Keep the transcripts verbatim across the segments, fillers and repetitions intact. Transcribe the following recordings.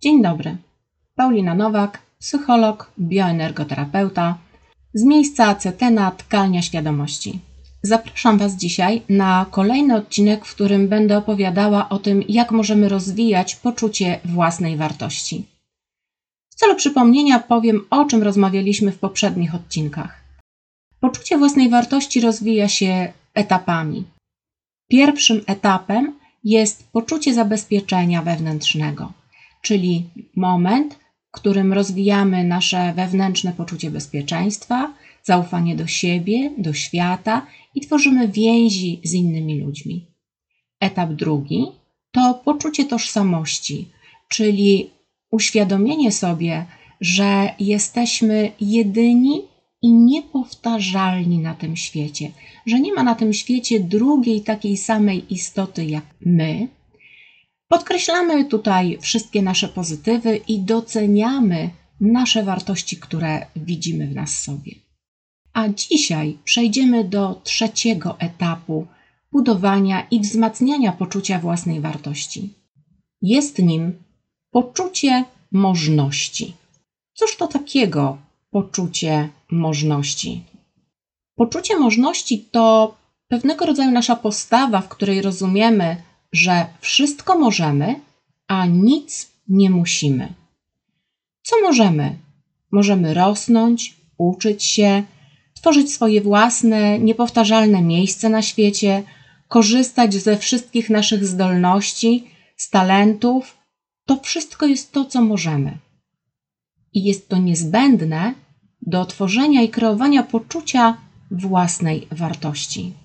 Dzień dobry. Paulina Nowak, psycholog, bioenergoterapeuta z miejsca Cetena Tkalnia Świadomości. Zapraszam Was dzisiaj na kolejny odcinek, w którym będę opowiadała o tym, jak możemy rozwijać poczucie własnej wartości. W celu przypomnienia powiem, o czym rozmawialiśmy w poprzednich odcinkach. Poczucie własnej wartości rozwija się etapami. Pierwszym etapem jest poczucie zabezpieczenia wewnętrznego, czyli moment, w którym rozwijamy nasze wewnętrzne poczucie bezpieczeństwa, zaufanie do siebie, do świata i tworzymy więzi z innymi ludźmi. Etap drugi to poczucie tożsamości, czyli uświadomienie sobie, że jesteśmy jedyni i niepowtarzalni na tym świecie, że nie ma na tym świecie drugiej takiej samej istoty jak my. Podkreślamy tutaj wszystkie nasze pozytywy i doceniamy nasze wartości, które widzimy w nas sobie. A dzisiaj przejdziemy do trzeciego etapu budowania i wzmacniania poczucia własnej wartości. Jest nim poczucie możności. Cóż to takiego poczucie możności? Poczucie możności to pewnego rodzaju nasza postawa, w której rozumiemy, że wszystko możemy, a nic nie musimy. Co możemy? Możemy rosnąć, uczyć się, tworzyć swoje własne, niepowtarzalne miejsce na świecie, korzystać ze wszystkich naszych zdolności, z talentów. To wszystko jest to, co możemy. I jest to niezbędne do tworzenia i kreowania poczucia własnej wartości.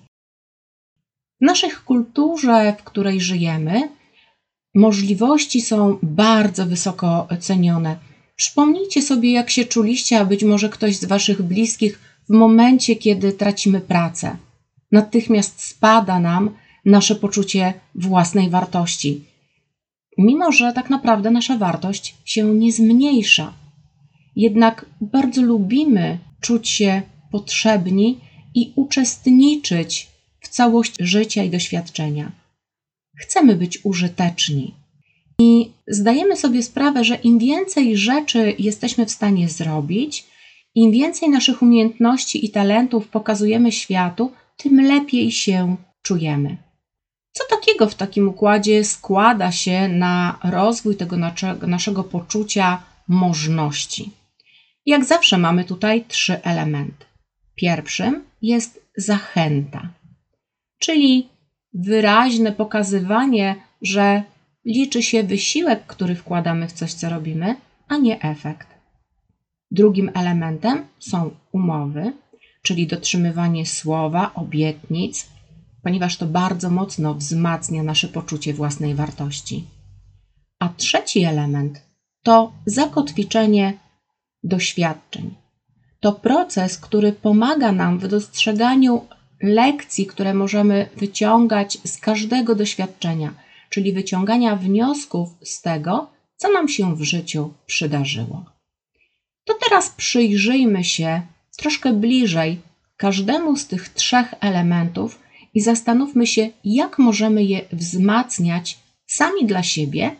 W naszej kulturze, w której żyjemy, możliwości są bardzo wysoko cenione. Przypomnijcie sobie, jak się czuliście, a być może ktoś z Waszych bliskich w momencie, kiedy tracimy pracę. Natychmiast spada nam nasze poczucie własnej wartości. Mimo że tak naprawdę nasza wartość się nie zmniejsza. Jednak bardzo lubimy czuć się potrzebni i uczestniczyć w całości życia i doświadczenia. Chcemy być użyteczni. I zdajemy sobie sprawę, że im więcej rzeczy jesteśmy w stanie zrobić, im więcej naszych umiejętności i talentów pokazujemy światu, tym lepiej się czujemy. Co takiego w takim układzie składa się na rozwój tego naszego poczucia możności? Jak zawsze mamy tutaj trzy elementy. Pierwszym jest zachęta, czyli wyraźne pokazywanie, że liczy się wysiłek, który wkładamy w coś, co robimy, a nie efekt. Drugim elementem są umowy, czyli dotrzymywanie słowa, obietnic, ponieważ to bardzo mocno wzmacnia nasze poczucie własnej wartości. A trzeci element to zakotwiczenie doświadczeń. To proces, który pomaga nam w dostrzeganiu lekcji, które możemy wyciągać z każdego doświadczenia, czyli wyciągania wniosków z tego, co nam się w życiu przydarzyło. To teraz przyjrzyjmy się troszkę bliżej każdemu z tych trzech elementów i zastanówmy się, jak możemy je wzmacniać sami dla siebie.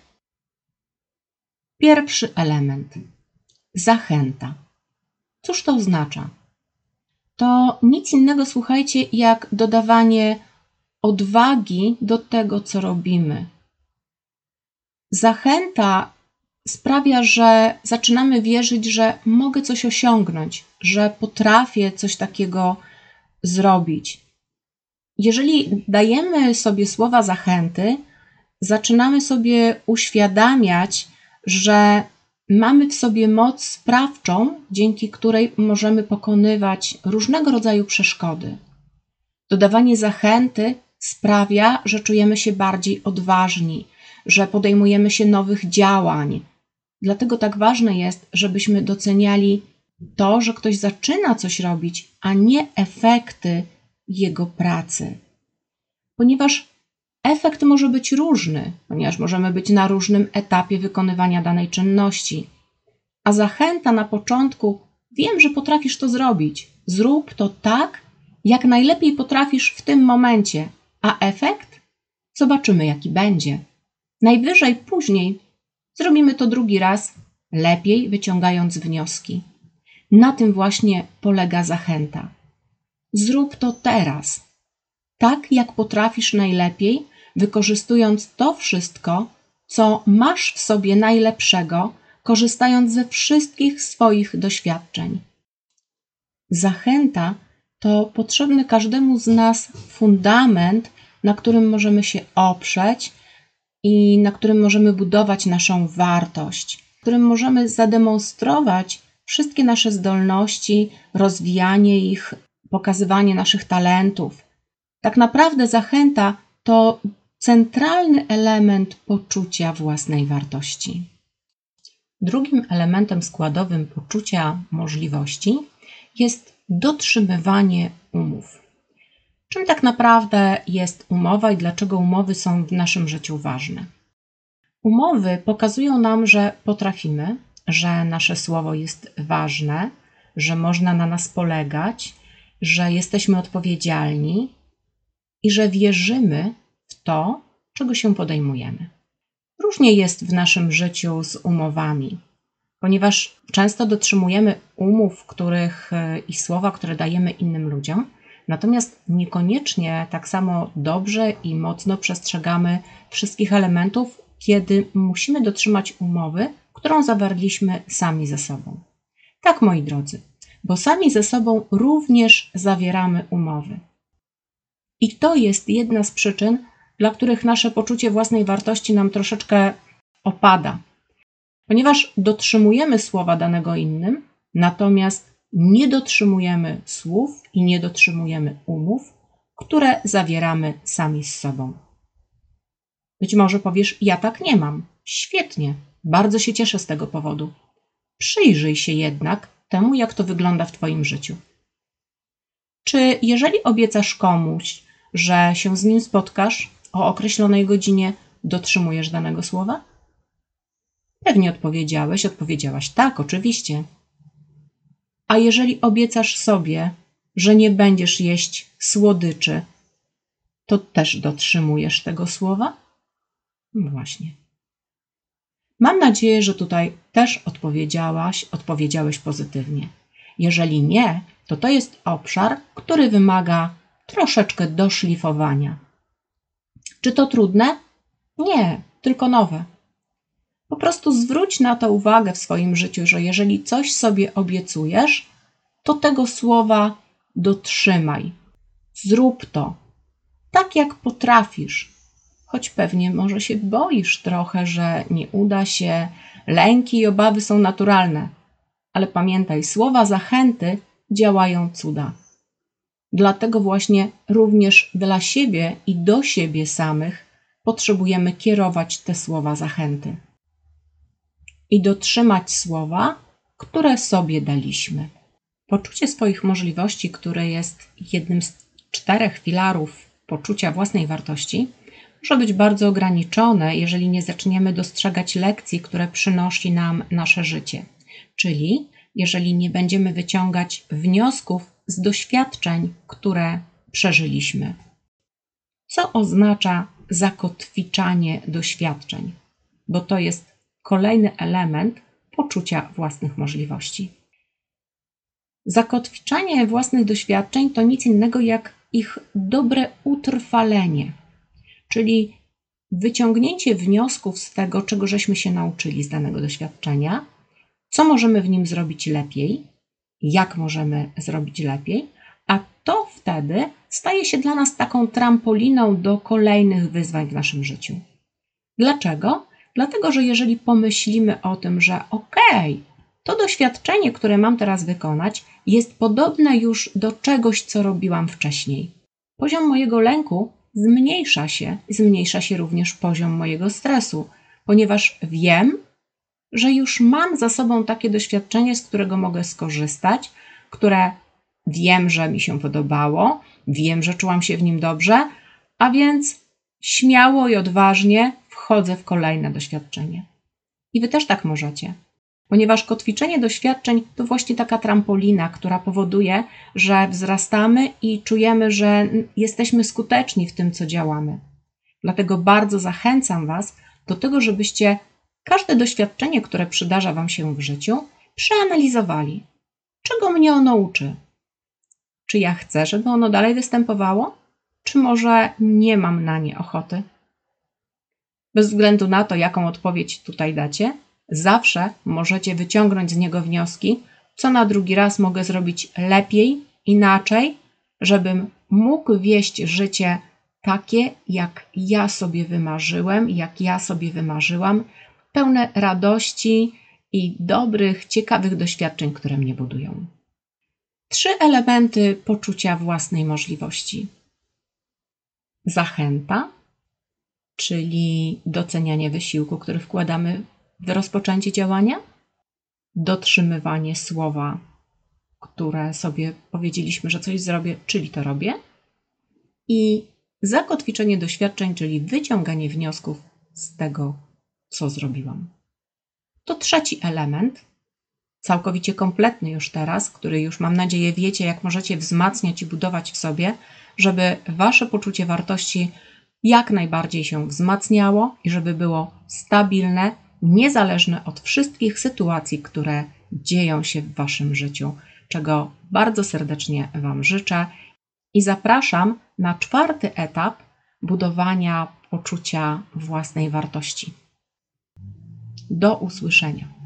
Pierwszy element. Zachęta. Cóż to oznacza? To nic innego, słuchajcie, jak dodawanie odwagi do tego, co robimy. Zachęta sprawia, że zaczynamy wierzyć, że mogę coś osiągnąć, że potrafię coś takiego zrobić. Jeżeli dajemy sobie słowa zachęty, zaczynamy sobie uświadamiać, że mamy w sobie moc sprawczą, dzięki której możemy pokonywać różnego rodzaju przeszkody. Dodawanie zachęty sprawia, że czujemy się bardziej odważni, że podejmujemy się nowych działań. Dlatego tak ważne jest, żebyśmy doceniali to, że ktoś zaczyna coś robić, a nie efekty jego pracy. Ponieważ efekt może być różny, ponieważ możemy być na różnym etapie wykonywania danej czynności. A zachęta na początku: wiem, że potrafisz to zrobić. Zrób to tak, jak najlepiej potrafisz w tym momencie. A efekt? Zobaczymy, jaki będzie. Najwyżej później Zrobimy to drugi raz, lepiej wyciągając wnioski. Na tym właśnie polega zachęta. Zrób to teraz, tak jak potrafisz najlepiej, wykorzystując to wszystko, co masz w sobie najlepszego, korzystając ze wszystkich swoich doświadczeń. Zachęta to potrzebny każdemu z nas fundament, na którym możemy się oprzeć i na którym możemy budować naszą wartość, w którym możemy zademonstrować wszystkie nasze zdolności, rozwijanie ich, pokazywanie naszych talentów. Tak naprawdę zachęta to centralny element poczucia własnej wartości. Drugim elementem składowym poczucia możliwości jest dotrzymywanie umów. Czym tak naprawdę jest umowa i dlaczego umowy są w naszym życiu ważne? Umowy pokazują nam, że potrafimy, że nasze słowo jest ważne, że można na nas polegać, że jesteśmy odpowiedzialni i że wierzymy w to, czego się podejmujemy. Różnie jest w naszym życiu z umowami, ponieważ często dotrzymujemy umów, których i słowa, które dajemy innym ludziom, natomiast niekoniecznie tak samo dobrze i mocno przestrzegamy wszystkich elementów, kiedy musimy dotrzymać umowy, którą zawarliśmy sami ze sobą. Tak, moi drodzy, bo sami ze sobą również zawieramy umowy. I to jest jedna z przyczyn, dla których nasze poczucie własnej wartości nam troszeczkę opada. Ponieważ dotrzymujemy słowa danego innym, natomiast nie dotrzymujemy słów i nie dotrzymujemy umów, które zawieramy sami z sobą. Być może powiesz, ja tak nie mam. Świetnie, bardzo się cieszę z tego powodu. Przyjrzyj się jednak temu, jak to wygląda w Twoim życiu. Czy jeżeli obiecasz komuś, że się z nim spotkasz o określonej godzinie, dotrzymujesz danego słowa? Pewnie odpowiedziałeś, odpowiedziałaś tak, oczywiście. A jeżeli obiecasz sobie, że nie będziesz jeść słodyczy, to też dotrzymujesz tego słowa? No właśnie. Mam nadzieję, że tutaj też odpowiedziałaś, odpowiedziałeś pozytywnie. Jeżeli nie, to to jest obszar, który wymaga troszeczkę doszlifowania. Czy to trudne? Nie, tylko nowe. Po prostu zwróć na to uwagę w swoim życiu, że jeżeli coś sobie obiecujesz, to tego słowa dotrzymaj. Zrób to tak, jak potrafisz. Choć pewnie może się boisz trochę, że nie uda się, lęki i obawy są naturalne. Ale pamiętaj, słowa zachęty działają cuda. Dlatego właśnie również dla siebie i do siebie samych potrzebujemy kierować te słowa zachęty i dotrzymać słowa, które sobie daliśmy. Poczucie swoich możliwości, które jest jednym z czterech filarów poczucia własnej wartości, może być bardzo ograniczone, jeżeli nie zaczniemy dostrzegać lekcji, które przynosi nam nasze życie. Czyli jeżeli nie będziemy wyciągać wniosków z doświadczeń, które przeżyliśmy. Co oznacza zakotwiczanie doświadczeń? Bo to jest kolejny element poczucia własnych możliwości. Zakotwiczanie własnych doświadczeń to nic innego jak ich dobre utrwalenie, czyli wyciągnięcie wniosków z tego, czego żeśmy się nauczyli z danego doświadczenia, co możemy w nim zrobić lepiej, jak możemy zrobić lepiej, a to wtedy staje się dla nas taką trampoliną do kolejnych wyzwań w naszym życiu. Dlaczego? Dlatego, że jeżeli pomyślimy o tym, że okej, okay, to doświadczenie, które mam teraz wykonać, jest podobne już do czegoś, co robiłam wcześniej. Poziom mojego lęku zmniejsza się, zmniejsza się również poziom mojego stresu, ponieważ wiem, że już mam za sobą takie doświadczenie, z którego mogę skorzystać, które wiem, że mi się podobało, wiem, że czułam się w nim dobrze, a więc śmiało i odważnie wchodzę w kolejne doświadczenie. I Wy też tak możecie, ponieważ kotwiczenie doświadczeń to właśnie taka trampolina, która powoduje, że wzrastamy i czujemy, że jesteśmy skuteczni w tym, co działamy. Dlatego bardzo zachęcam Was do tego, żebyście każde doświadczenie, które przydarza Wam się w życiu, przeanalizowali. Czego mnie ono uczy? Czy ja chcę, żeby ono dalej występowało? Czy może nie mam na nie ochoty? Bez względu na to, jaką odpowiedź tutaj dacie, zawsze możecie wyciągnąć z niego wnioski, co na drugi raz mogę zrobić lepiej, inaczej, żebym mógł wieść życie takie, jak ja sobie wymarzyłem, jak ja sobie wymarzyłam, pełne radości i dobrych, ciekawych doświadczeń, które mnie budują. Trzy elementy poczucia własnej możliwości. Zachęta, czyli docenianie wysiłku, który wkładamy w rozpoczęcie działania, dotrzymywanie słowa, które sobie powiedzieliśmy, że coś zrobię, czyli to robię, i zakotwiczenie doświadczeń, czyli wyciąganie wniosków z tego, co zrobiłam. To trzeci element, całkowicie kompletny już teraz, który już mam nadzieję wiecie, jak możecie wzmacniać i budować w sobie, żeby wasze poczucie wartości jak najbardziej się wzmacniało i żeby było stabilne, niezależne od wszystkich sytuacji, które dzieją się w waszym życiu, czego bardzo serdecznie Wam życzę i zapraszam na czwarty etap budowania poczucia własnej wartości. Do usłyszenia.